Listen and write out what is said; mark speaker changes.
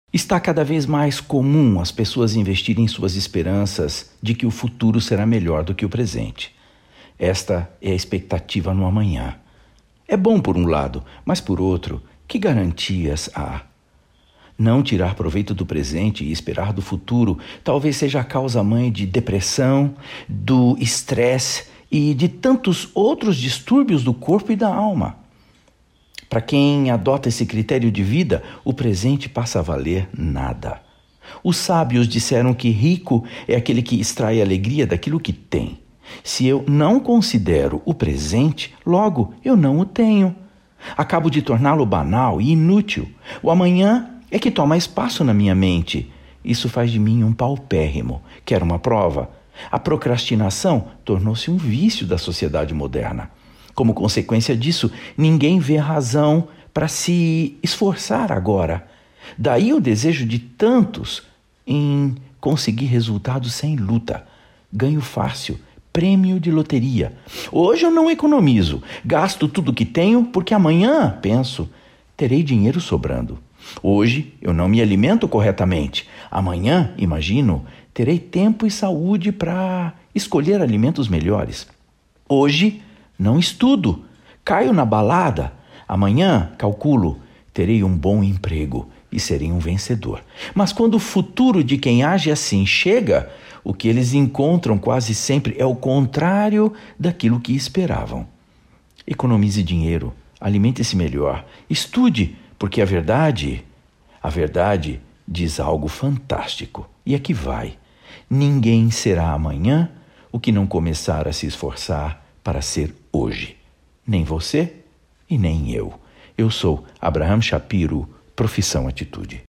Speaker 1: Está cada vez mais comum as pessoas investirem suas esperanças de que o futuro será melhor do que o presente. Esta é a expectativa no amanhã. É bom por um lado, mas por outro, que garantias há? Não tirar proveito do presente e esperar do futuro talvez seja a causa-mãe de depressão, do estresse e de tantos outros distúrbios do corpo e da alma. Para quem adota esse critério de vida, o presente passa a valer nada. Os sábios disseram que rico é aquele que extrai alegria daquilo que tem. Se eu não considero o presente, logo eu não o tenho. Acabo de torná-lo banal e inútil. O amanhã é que toma espaço na minha mente. Isso faz de mim um paupérrimo. Quer uma prova? A procrastinação tornou-se um vício da sociedade moderna. Como consequência disso, ninguém vê razão para se esforçar agora. Daí o desejo de tantos em conseguir resultados sem luta. Ganho fácil, prêmio de loteria. Hoje eu não economizo, gasto tudo que tenho porque amanhã, penso, terei dinheiro sobrando. Hoje eu não me alimento corretamente. Amanhã, imagino, terei tempo e saúde para escolher alimentos melhores. Hoje não estudo, caio na balada. Amanhã, calculo, terei um bom emprego e serei um vencedor. Mas quando o futuro de quem age assim chega, o que eles encontram quase sempre é o contrário daquilo que esperavam. Economize dinheiro, alimente-se melhor, estude, porque a verdade diz algo fantástico. E aqui vai: ninguém será amanhã o que não começar a se esforçar para ser hoje. Nem você e nem eu. Eu sou Abraham Shapiro, profissão Atitude.